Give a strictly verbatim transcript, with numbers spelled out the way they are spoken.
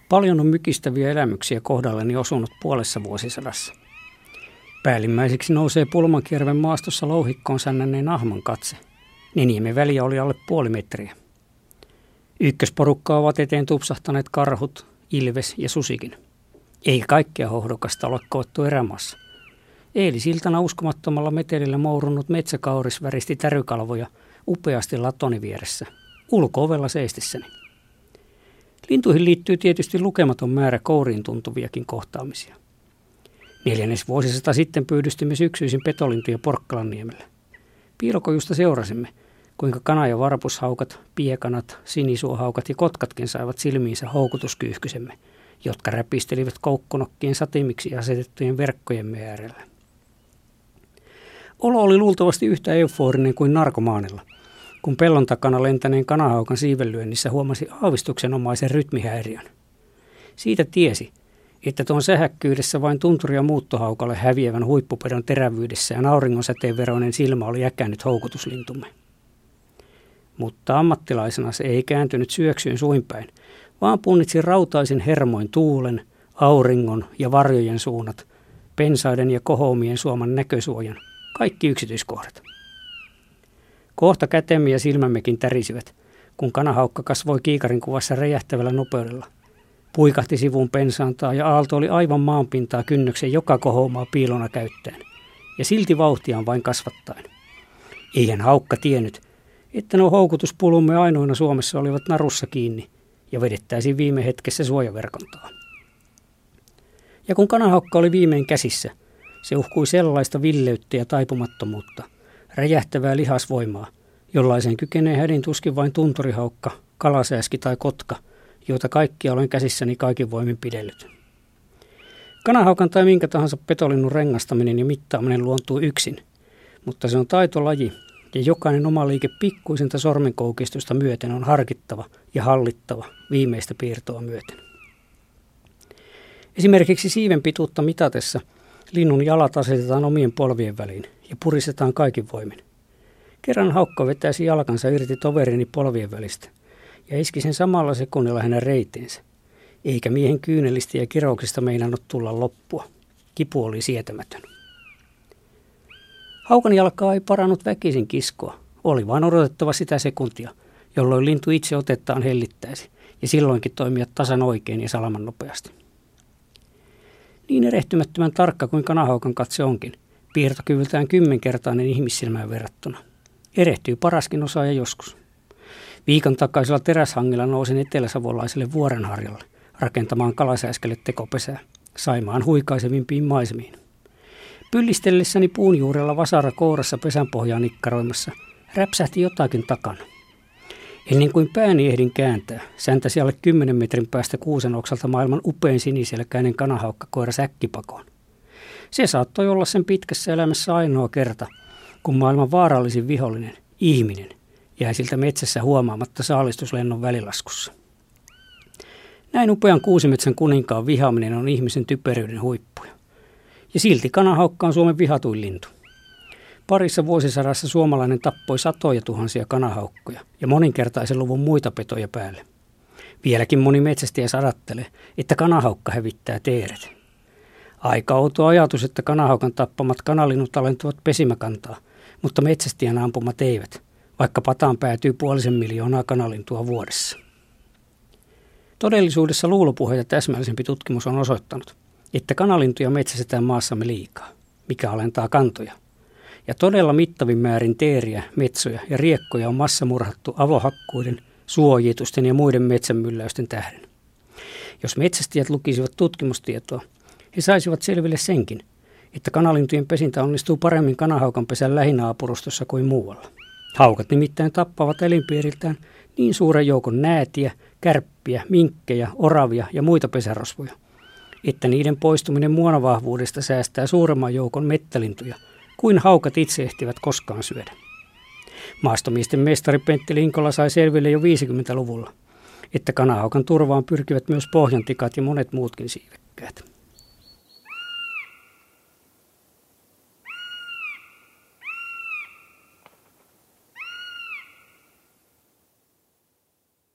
Paljon on mykistäviä elämyksiä kohdalleni osunut puolessa vuosisadassa. Päällimmäiseksi nousee Pulmankierven maastossa louhikkoon sännänneen ahman katse. Niniemen väliä oli alle puoli metriä. Ykkösporukkaa ovat eteen tupsahtaneet karhut, ilves ja susikin. Eikä kaikkea hohdokasta ole koettu erämaassa. Eilisiltana uskomattomalla metelillä mourunut metsäkauris väristi tärykalvoja upeasti latoni vieressä, ulko-ovella seistessäni. Lintuihin liittyy tietysti lukematon määrä kouriin tuntuviakin kohtaamisia. Neljännes vuosisata sitten pyydystimme syksyisin petolintuja Porkkalanniemellä. Piilokojusta seurasimme, kuinka kana- ja varpushaukat, piekanat, sinisuohaukat ja kotkatkin saivat silmiinsä houkutuskyyhkysemme, jotka räpistelivät koukkunokkien satimiksi asetettujen verkkojemme äärellä. Olo oli luultavasti yhtä euforinen kuin narkomaanilla, kun pellon takana lentäneen kanahaukan siivenlyönnissä huomasi aavistuksenomaisen rytmihäiriön. Siitä tiesi, että tuon sähäkkyydessä vain tunturi- ja muuttohaukalle häviävän huippupedon terävyydessä ja auringon säteenveroinen silmä oli jäkännyt houkutuslintumme. Mutta ammattilaisena se ei kääntynyt syöksyyn suinpäin, vaan punnitsi rautaisin hermoin tuulen, auringon ja varjojen suunnat, pensaiden ja kohoumien suoman näkösuojan, kaikki yksityiskohdat. Kohta kätemme ja silmämmekin tärisivät, kun kanahaukka kasvoi kiikarin kuvassa räjähtävällä nopeudella. Puikahti sivuun pensaantaa ja aalto oli aivan maanpintaa kynnöksen joka kohoumaa piilona käyttäen, ja silti vauhtiaan vain kasvattaen. Eihän haukka tiennyt, että nuo houkutuspulumme ainoina Suomessa olivat narussa kiinni ja vedettäisiin viime hetkessä suojaverkontaa. Ja kun kanahaukka oli viimein käsissä, se uhkui sellaista villeyttä ja taipumattomuutta, räjähtävää lihasvoimaa, jollaisen kykenee hädin tuskin vain tunturihaukka, kalasääski tai kotka, joita kaikkia olen käsissäni kaikin voimin pidellyt. Kanahaukan tai minkä tahansa petolinnun rengastaminen ja mittaaminen luontuu yksin, mutta se on taitolaji ja jokainen oma liike pikkuisinta sormenkoukistusta myöten on harkittava ja hallittava viimeistä piirtoa myöten. Esimerkiksi siiven pituutta mitatessa linnun jalat asetetaan omien polvien väliin ja puristetaan kaikin voimin. Kerran haukka vetäisi jalkansa irti toverini polvien välistä ja iski sen samalla sekunnilla hänen reiteensä, eikä miehen kyynelistä ja kirouksista meinannut tulla loppua. Kipu oli sietämätön. Haukan jalkaa ei parannut väkisin kiskoa, oli vain odotettava sitä sekuntia, jolloin lintu itse otettaan hellittäisi ja silloinkin toimia tasan oikein ja salaman nopeasti. Niin erehtymättömän tarkka kuin kanahaukan katse onkin, piirtokyvyltään kymmenkertainen ihmissilmään verrattuna. Erehtyy paraskin osaaja joskus. Viikon takaisella teräshangilla nousin eteläsavolaiselle vuorenharjalle rakentamaan kalasääskelle tekopesää, Saimaan huikaisevimpiin maisemiin. Pyllistellessäni puun juurella vasara kourassa pesänpohjaa nikkaroimassa räpsähti jotakin takana. Ennen kuin pääni ehdin kääntää, säntäsi alle kymmenen metrin päästä kuusen oksalta maailman upein siniselkäinen kanahaukka koira säkkipakoon. Se saattoi olla sen pitkässä elämässä ainoa kerta, kun maailman vaarallisin vihollinen, ihminen, jäi siltä metsässä huomaamatta saalistuslennon välilaskussa. Näin upean kuusimetsän kuninkaan vihaaminen on ihmisen typeryyden huippuja. Ja silti kanahaukka on Suomen vihatuin lintu. Parissa vuosisadassa suomalainen tappoi satoja tuhansia kanahaukkoja ja moninkertaisen luvun muita petoja päälle. Vieläkin moni metsästäjä sadattelee, että kanahaukka hävittää teeret. Aika outo ajatus, että kanahaukan tappamat kanalinnut alentuvat pesimäkantaa, mutta metsästäjän ampumat eivät, vaikka pataan päätyy puolisen miljoonaa kanalintua vuodessa. Todellisuudessa luulopuhe ja täsmällisempi tutkimus on osoittanut, että kanalintuja metsästetään maassamme liikaa, mikä alentaa kantoja. Ja todella mittavin määrin teeriä, metsoja ja riekkoja on massamurhattu avohakkuiden, suojitusten ja muiden metsänmylläysten tähden. Jos metsästäjät lukisivat tutkimustietoa, he saisivat selville senkin, että kanalintujen pesintä onnistuu paremmin kanahaukan pesän lähinaapurustossa kuin muualla. Haukat nimittäin tappavat elinpiiriltään niin suuren joukon näätiä, kärppiä, minkkejä, oravia ja muita pesärosvoja, että niiden poistuminen muonavahvuudesta säästää suuremman joukon mettälintuja kuin haukat itse ehtivät koskaan syödä. Maastomiesten mestari Pentti Linkola sai selville jo viisikymmentäluvulla, että kanahaukan turvaan pyrkivät myös pohjantikat ja monet muutkin siivekkäät.